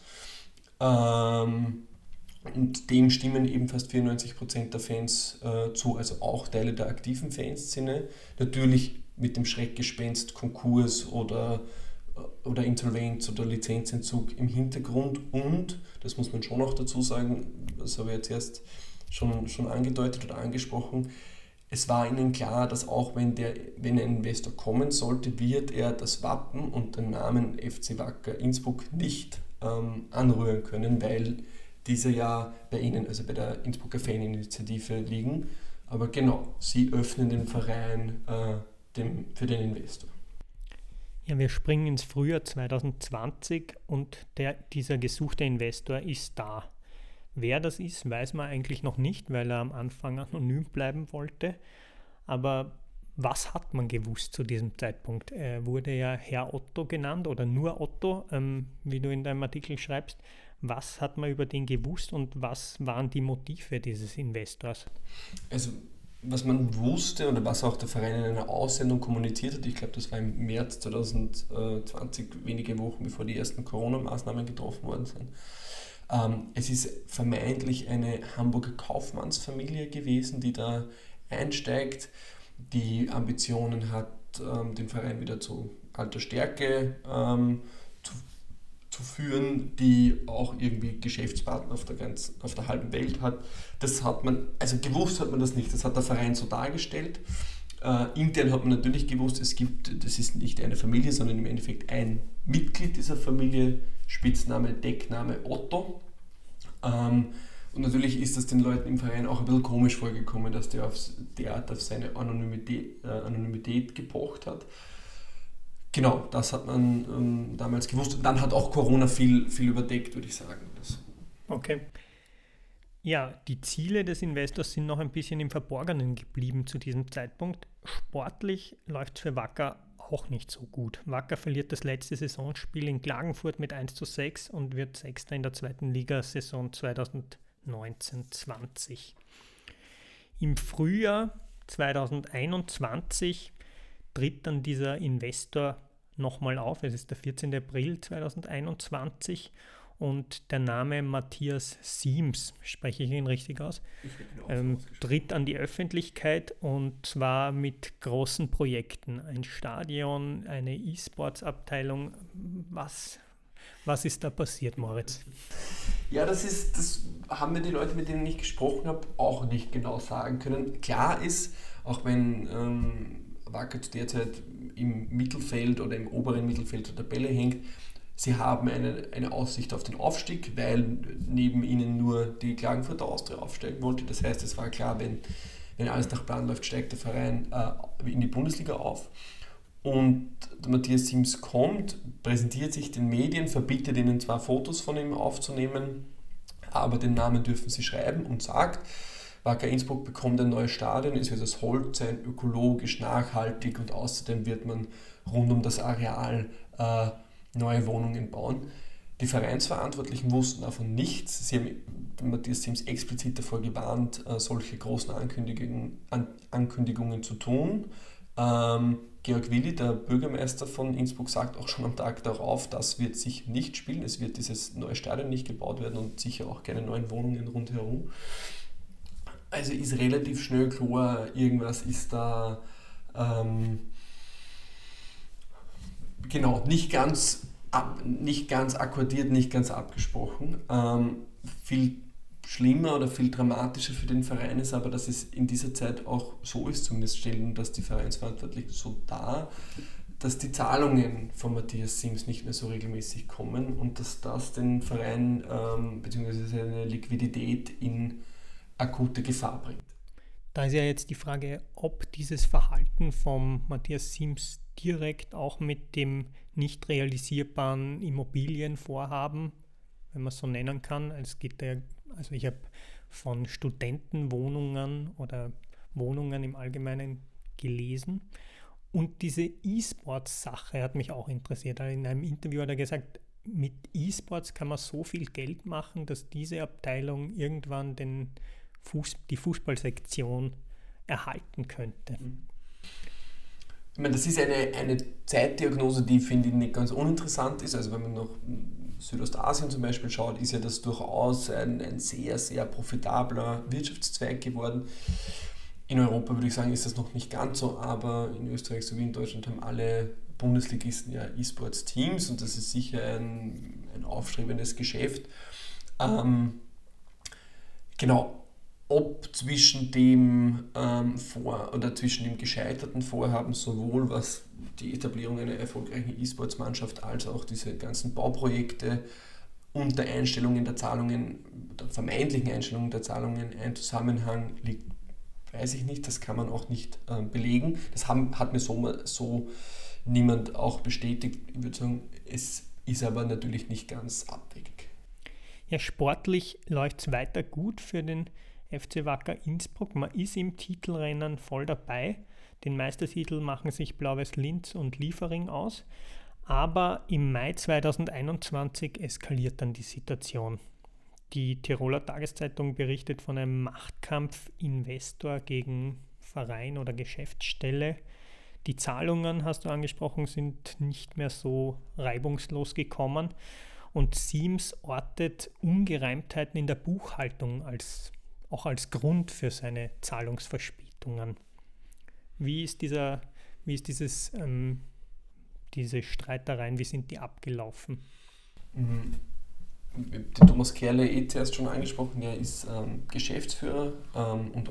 ähm, und dem stimmen eben fast vierundneunzig Prozent der Fans äh, zu, also auch Teile der aktiven Fanszene, natürlich mit dem Schreckgespenst Konkurs oder oder Insolvenz oder Lizenzentzug im Hintergrund und, das muss man schon auch dazu sagen, das habe ich jetzt erst schon, schon angedeutet oder angesprochen, es war ihnen klar, dass auch wenn, der, wenn ein Investor kommen sollte, wird er das Wappen und den Namen F C Wacker Innsbruck nicht ähm, anrühren können, weil diese ja bei ihnen, also bei der Innsbrucker Faninitiative liegen. Aber genau, sie öffnen den Verein äh, dem, für den Investor. Ja, wir springen ins Frühjahr zweitausendzwanzig und der, dieser gesuchte Investor ist da. Wer das ist, weiß man eigentlich noch nicht, weil er am Anfang anonym bleiben wollte. Aber was hat man gewusst zu diesem Zeitpunkt? Er wurde ja Herr Otto genannt oder nur Otto, ähm, wie du in deinem Artikel schreibst. Was hat man über den gewusst und was waren die Motive dieses Investors? Also was man wusste oder was auch der Verein in einer Aussendung kommuniziert hat, ich glaube, das war im März zweitausendzwanzig, wenige Wochen bevor die ersten Corona-Maßnahmen getroffen worden sind. Ähm, es ist vermeintlich eine Hamburger Kaufmannsfamilie gewesen, die da einsteigt, die Ambitionen hat, ähm, den Verein wieder zu alter Stärke ähm, zu, zu führen, die auch irgendwie Geschäftspartner auf der, ganzen, auf der halben Welt hat. Das hat man, also gewusst hat man das nicht, das hat der Verein so dargestellt. Äh, intern hat man natürlich gewusst, es gibt, das ist nicht eine Familie, sondern im Endeffekt ein Mitglied dieser Familie, Spitzname, Deckname Otto. Ähm, und natürlich ist das den Leuten im Verein auch ein bisschen komisch vorgekommen, dass der auf derart auf seine Anonymität, äh, Anonymität gepocht hat. Genau, das hat man ähm, damals gewusst. Und dann hat auch Corona viel, viel überdeckt, würde ich sagen. Das. Okay. Ja, die Ziele des Investors sind noch ein bisschen im Verborgenen geblieben zu diesem Zeitpunkt. Sportlich läuft es für Wacker auch nicht so gut. Wacker verliert das letzte Saisonspiel in Klagenfurt mit eins zu sechs und wird Sechster in der zweiten Liga-Saison zweitausendneunzehn zwanzig. Im Frühjahr zweitausendeinundzwanzig tritt dann dieser Investor nochmal auf. Es ist der vierzehnten April zweitausendeinundzwanzig. Und der Name Matthias Siems, spreche ich ihn richtig aus, ähm, tritt an die Öffentlichkeit und zwar mit großen Projekten. Ein Stadion, eine E-Sports-Abteilung. Was, was ist da passiert, Moritz? Ja, das ist, das haben mir die Leute, mit denen ich gesprochen habe, auch nicht genau sagen können. Klar ist, auch wenn ähm, Wacker derzeit im Mittelfeld oder im oberen Mittelfeld der Tabelle hängt, sie haben eine, eine Aussicht auf den Aufstieg, weil neben ihnen nur die Klagenfurter Austria aufsteigen wollte. Das heißt, es war klar, wenn, wenn alles nach Plan läuft, steigt der Verein äh, in die Bundesliga auf. Und der Matthias Siems kommt, präsentiert sich den Medien, verbietet ihnen zwar Fotos von ihm aufzunehmen, aber den Namen dürfen sie schreiben und sagt, Wacker Innsbruck bekommt ein neues Stadion, es wird das Holz sein, ökologisch, nachhaltig und außerdem wird man rund um das Areal äh, neue Wohnungen bauen. Die Vereinsverantwortlichen wussten davon nichts. Sie haben Matthias Siems explizit davor gewarnt, solche großen Ankündigungen, An- Ankündigungen zu tun. Ähm, Georg Willi, der Bürgermeister von Innsbruck, sagt auch schon am Tag darauf, das wird sich nicht spielen. Es wird dieses neue Stadion nicht gebaut werden und sicher auch keine neuen Wohnungen rundherum. Also ist relativ schnell klar, irgendwas ist da ähm, genau, nicht ganz, ab, nicht ganz akkordiert, nicht ganz abgesprochen. Ähm, viel schlimmer oder viel dramatischer für den Verein ist aber, dass es in dieser Zeit auch so ist, zumindest stellen das die Vereinsverantwortlichen so dar, dass die Zahlungen von Matthias Siems nicht mehr so regelmäßig kommen und dass das den Verein ähm, bzw. seine Liquidität in akute Gefahr bringt. Da ist ja jetzt die Frage, ob dieses Verhalten von Matthias Siems direkt auch mit dem nicht realisierbaren Immobilienvorhaben, wenn man es so nennen kann, es geht ja, also ich habe von Studentenwohnungen oder Wohnungen im Allgemeinen gelesen und diese E-Sports-Sache hat mich auch interessiert. In einem Interview hat er gesagt, mit E-Sports kann man so viel Geld machen, dass diese Abteilung irgendwann den Fuß, die Fußballsektion erhalten könnte. Ich meine, das ist eine, eine Zeitdiagnose, die, finde ich, nicht ganz uninteressant ist. Also wenn man nach Südostasien zum Beispiel schaut, ist ja das durchaus ein, ein sehr, sehr profitabler Wirtschaftszweig geworden. In Europa würde ich sagen, ist das noch nicht ganz so, aber in Österreich sowie in Deutschland haben alle Bundesligisten ja E-Sports-Teams und das ist sicher ein, ein aufstrebendes Geschäft. Ähm, genau. Ob zwischen dem ähm, Vor- oder zwischen dem gescheiterten Vorhaben, sowohl was die Etablierung einer erfolgreichen E-Sports-Mannschaft als auch diese ganzen Bauprojekte und der Einstellungen der Zahlungen, der vermeintlichen Einstellungen der Zahlungen ein Zusammenhang liegt, weiß ich nicht, das kann man auch nicht äh, belegen. Das haben, hat mir so, so niemand auch bestätigt. Ich würde sagen, es ist aber natürlich nicht ganz abwegig. Ja, sportlich läuft es weiter gut für den F C Wacker Innsbruck. Man ist im Titelrennen voll dabei. Den Meistertitel machen sich Blau-Weiß Linz und Liefering aus. Aber im Mai zweitausendeinundzwanzig eskaliert dann die Situation. Die Tiroler Tageszeitung berichtet von einem Machtkampf Investor gegen Verein oder Geschäftsstelle. Die Zahlungen, hast du angesprochen, sind nicht mehr so reibungslos gekommen. Und Siems ortet Ungereimtheiten in der Buchhaltung als auch als Grund für seine Zahlungsverspätungen. Wie ist dieser, wie ist dieses, ähm, diese Streitereien, wie sind die abgelaufen? Mhm. Den Thomas Kerle eh zuerst schon angesprochen, der ist ähm, Geschäftsführer ähm, und auch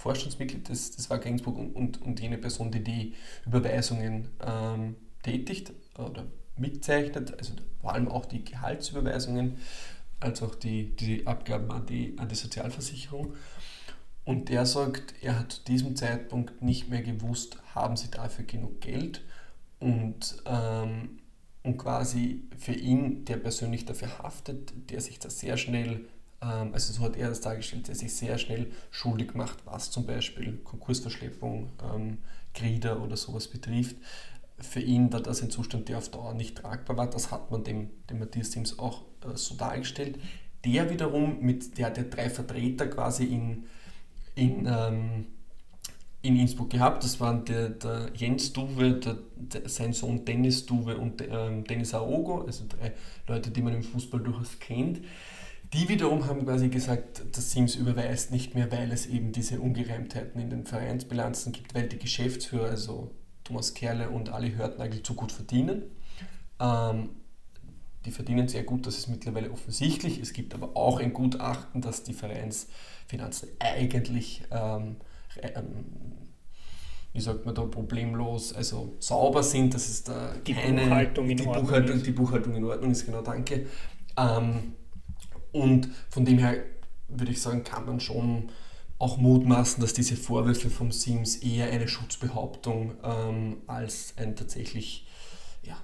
Vorstandsmitglied des, des Wacker Innsbruck und, und, und jene Person, die die Überweisungen ähm, tätigt oder mitzeichnet, also vor allem auch die Gehaltsüberweisungen, als auch die, die Abgaben an die, an die Sozialversicherung. Und der sagt, er hat zu diesem Zeitpunkt nicht mehr gewusst, haben sie dafür genug Geld, und, ähm, und quasi für ihn, der persönlich dafür haftet, der sich da sehr schnell, ähm, also so hat er das dargestellt, der sich sehr schnell schuldig macht, was zum Beispiel Konkursverschleppung, ähm, Grieder oder sowas betrifft. Für ihn war das ein Zustand, der auf Dauer nicht tragbar war. Das hat man dem, dem Matthias Sims auch äh, so dargestellt. Der wiederum, mit der hat ja drei Vertreter quasi in, in, ähm, in Innsbruck gehabt. Das waren der, der Jens Duwe, der, der, sein Sohn Dennis Duwe und ähm, Dennis Aogo, also drei Leute, die man im Fußball durchaus kennt. Die wiederum haben quasi gesagt, dass Sims überweist nicht mehr, weil es eben diese Ungereimtheiten in den Vereinsbilanzen gibt, weil die Geschäftsführer, also Thomas Kerle und Ali Hörtnagel, zu gut verdienen. Ähm, die verdienen sehr gut, das ist mittlerweile offensichtlich. Es gibt aber auch ein Gutachten, dass die Vereinsfinanzen eigentlich, ähm, ähm, wie sagt man da, problemlos, also sauber sind, dass es da die keine... Buchhaltung in die Ordnung Buchhaltung, ist. Die Buchhaltung in Ordnung ist, genau, danke. Ähm, und von dem her würde ich sagen, kann man schon auch mutmaßen, dass diese Vorwürfe vom Sims eher eine Schutzbehauptung ähm, als ein tatsächlich ja,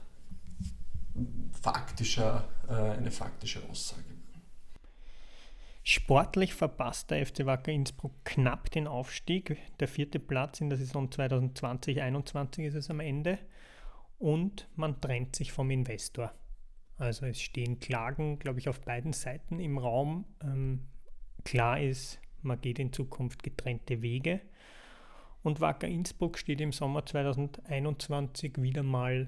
faktischer, äh, eine faktische Aussage. Sportlich verpasst der F C Wacker Innsbruck knapp den Aufstieg. Der vierte Platz in der Saison zwanzig zwanzig einundzwanzig ist es am Ende. Und man trennt sich vom Investor. Also es stehen Klagen, glaube ich, auf beiden Seiten im Raum. Ähm, klar ist, man geht in Zukunft getrennte Wege. Und Wacker Innsbruck steht im Sommer zwanzig einundzwanzig wieder mal,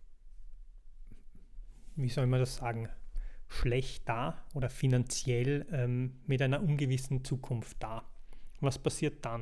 wie soll man das sagen, schlecht da oder finanziell ähm, mit einer ungewissen Zukunft da. Was passiert dann?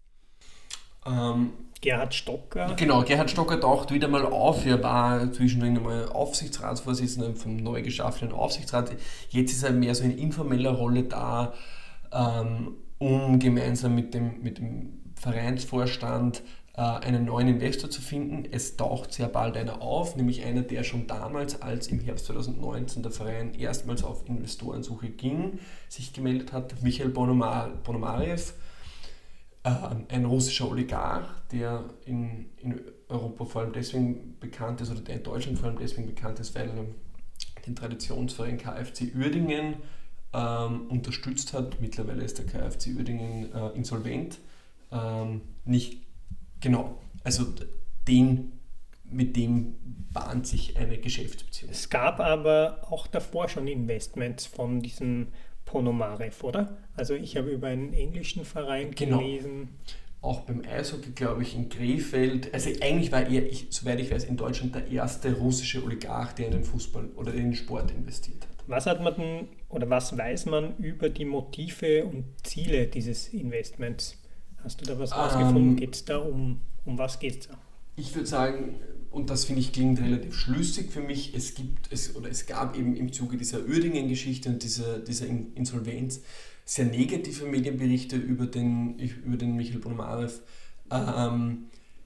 Ähm, Gerhard Stocker. Genau, Gerhard Stocker taucht wieder mal auf. Er war zwischendrin einmal Aufsichtsratsvorsitzender vom neu geschaffenen Aufsichtsrat. Jetzt ist er mehr so in informeller Rolle da, ähm, um gemeinsam mit dem, mit dem Vereinsvorstand äh, einen neuen Investor zu finden. Es taucht sehr bald einer auf, nämlich einer, der schon damals, als im Herbst zwanzig neunzehn der Verein erstmals auf Investorensuche ging, sich gemeldet hat, Michail Ponomar- Ponomarev, äh, ein russischer Oligarch, der in, in Europa vor allem deswegen bekannt ist, oder der in Deutschland vor allem deswegen bekannt ist, weil er den Traditionsverein KFC Uerdingen ähm, unterstützt hat. Mittlerweile ist der KFC Uerdingen äh, insolvent. Ähm, nicht genau, also den, mit dem bahnt sich eine Geschäftsbeziehung. Es gab aber auch davor schon Investments von diesem Ponomarev, oder? Also ich habe über einen englischen Verein Genau. gelesen. Auch beim Eishockey, glaube ich, in Krefeld. Also eigentlich war er, ich, soweit ich weiß, in Deutschland der erste russische Oligarch, der in den Fußball oder in den Sport investiert hat. Was hat man denn, oder was weiß man über die Motive und Ziele dieses Investments? Hast du da was rausgefunden? Ähm, Geht es da um, um was geht es da? Ich würde sagen, und das finde ich klingt relativ schlüssig für mich, es gibt es oder es gab eben im Zuge dieser Uerdingen-Geschichte und dieser, dieser Insolvenz sehr negative Medienberichte über den, über den Michail Ponomarev. Ähm,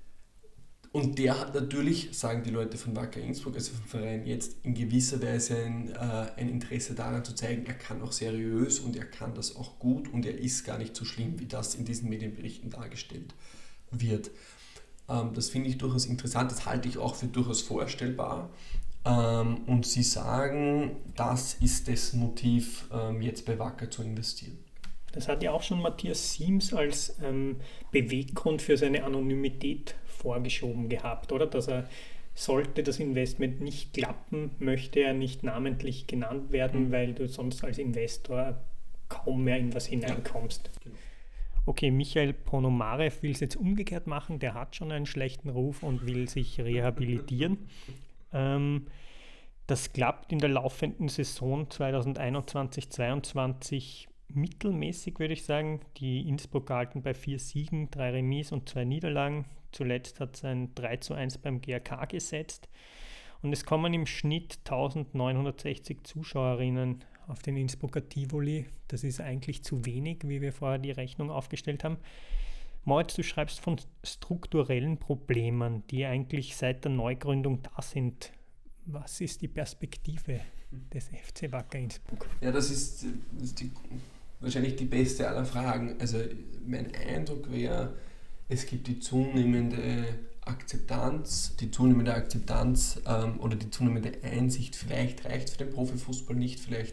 und der hat natürlich, sagen die Leute von Wacker Innsbruck, also vom Verein jetzt, in gewisser Weise ein, äh, ein Interesse daran zu zeigen, er kann auch seriös und er kann das auch gut und er ist gar nicht so schlimm, wie das in diesen Medienberichten dargestellt wird. Ähm, das finde ich durchaus interessant, das halte ich auch für durchaus vorstellbar. Ähm, und sie sagen, das ist das Motiv, ähm, jetzt bei Wacker zu investieren. Das hat ja auch schon Matthias Sims als ähm, Beweggrund für seine Anonymität vorgeschoben gehabt, oder? Dass er, sollte das Investment nicht klappen, möchte er nicht namentlich genannt werden, mhm. weil du sonst als Investor kaum mehr in was hineinkommst. Ja. Genau. Okay, Michail Ponomarev will es jetzt umgekehrt machen, der hat schon einen schlechten Ruf und will sich rehabilitieren. ähm, das klappt in der laufenden Saison zwanzig einundzwanzig zweiundzwanzig mittelmäßig, würde ich sagen. Die Innsbrucker halten bei vier Siegen, drei Remis und zwei Niederlagen. Zuletzt hat es ein drei zu eins beim G A K gesetzt. Und es kommen im Schnitt eintausendneunhundertsechzig Zuschauerinnen auf den Innsbrucker Tivoli. Das ist eigentlich zu wenig, wie wir vorher die Rechnung aufgestellt haben. Moritz, du schreibst von strukturellen Problemen, die eigentlich seit der Neugründung da sind. Was ist die Perspektive des F C Wacker Innsbruck? Ja, das ist, das ist die, wahrscheinlich die beste aller Fragen. Also mein Eindruck wäre, es gibt die zunehmende Akzeptanz, die zunehmende Akzeptanz ähm, oder die zunehmende Einsicht, vielleicht reicht für den Profifußball nicht, vielleicht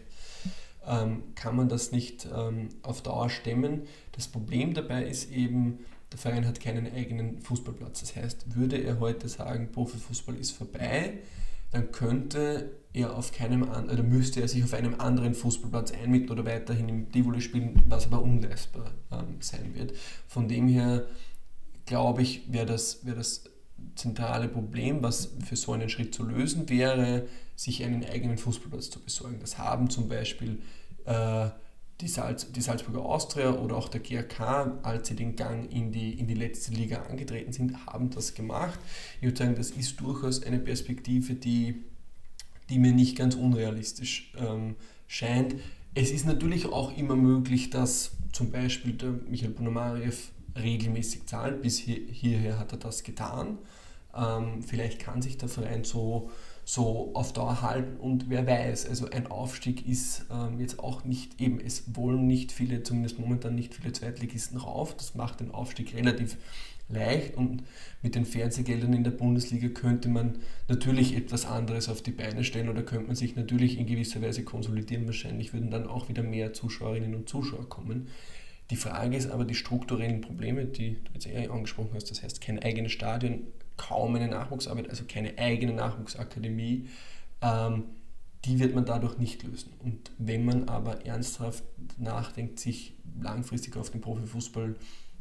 ähm, kann man das nicht ähm, auf Dauer stemmen. Das Problem dabei ist eben, der Verein hat keinen eigenen Fußballplatz. Das heißt, würde er heute sagen, Profifußball ist vorbei, dann könnte er auf keinem an, oder müsste er sich auf einem anderen Fußballplatz einmieten oder weiterhin im Tivoli spielen, was aber unleistbar ähm, sein wird. Von dem her glaube ich, wäre das, wäre das zentrale Problem, was für so einen Schritt zu lösen wäre, sich einen eigenen Fußballplatz zu besorgen. Das haben zum Beispiel äh, die, Salz, die Salzburger Austria oder auch der G A K, als sie den Gang in die, in die letzte Liga angetreten sind, haben das gemacht. Ich würde sagen, das ist durchaus eine Perspektive, die, die mir nicht ganz unrealistisch ähm, scheint. Es ist natürlich auch immer möglich, dass zum Beispiel der Michael Ponomarev regelmäßig zahlt. Bis hier, hierher hat er das getan. Ähm, vielleicht kann sich der Verein so, so auf Dauer halten und wer weiß, also ein Aufstieg ist ähm, jetzt auch nicht eben, es wollen nicht viele, zumindest momentan nicht viele Zweitligisten rauf. Das macht den Aufstieg relativ leicht und mit den Fernsehgeldern in der Bundesliga könnte man natürlich etwas anderes auf die Beine stellen oder könnte man sich natürlich in gewisser Weise konsolidieren. Wahrscheinlich würden dann auch wieder mehr Zuschauerinnen und Zuschauer kommen. Die Frage ist aber die strukturellen Probleme, die du jetzt eher angesprochen hast, das heißt kein eigenes Stadion, kaum eine Nachwuchsarbeit, also keine eigene Nachwuchsakademie, ähm, die wird man dadurch nicht lösen. Und wenn man aber ernsthaft nachdenkt, sich langfristig auf den Profifußball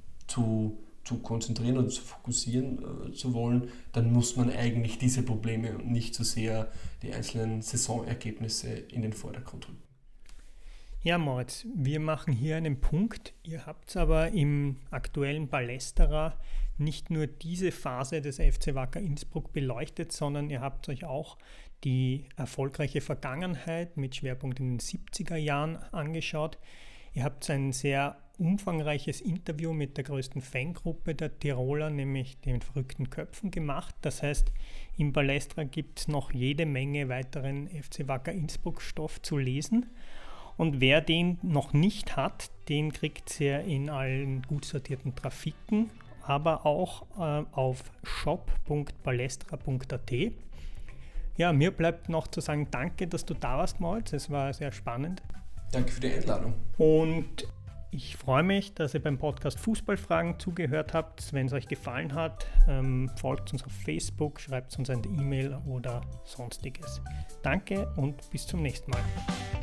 zu, zu konzentrieren und zu fokussieren äh, zu wollen, dann muss man eigentlich diese Probleme und nicht so sehr die einzelnen Saisonergebnisse in den Vordergrund rücken. Ja, Moritz, wir machen hier einen Punkt. Ihr habt aber im aktuellen Ballesterer nicht nur diese Phase des F C Wacker Innsbruck beleuchtet, sondern ihr habt euch auch die erfolgreiche Vergangenheit mit Schwerpunkt in den siebziger Jahren angeschaut. Ihr habt ein sehr umfangreiches Interview mit der größten Fangruppe der Tiroler, nämlich den Verrückten Köpfen, gemacht. Das heißt, im Ballesterer gibt es noch jede Menge weiteren F C Wacker Innsbruck-Stoff zu lesen. Und wer den noch nicht hat, den kriegt ihr in allen gut sortierten Trafiken, aber auch äh, auf shop punkt ballesterer punkt a t. Ja, mir bleibt noch zu sagen, danke, dass du da warst, Moritz. Es war sehr spannend. Danke für die Einladung. Und ich freue mich, dass ihr beim Podcast Fußballfragen zugehört habt. Wenn es euch gefallen hat, ähm, folgt uns auf Facebook, schreibt uns eine E-Mail oder sonstiges. Danke und bis zum nächsten Mal.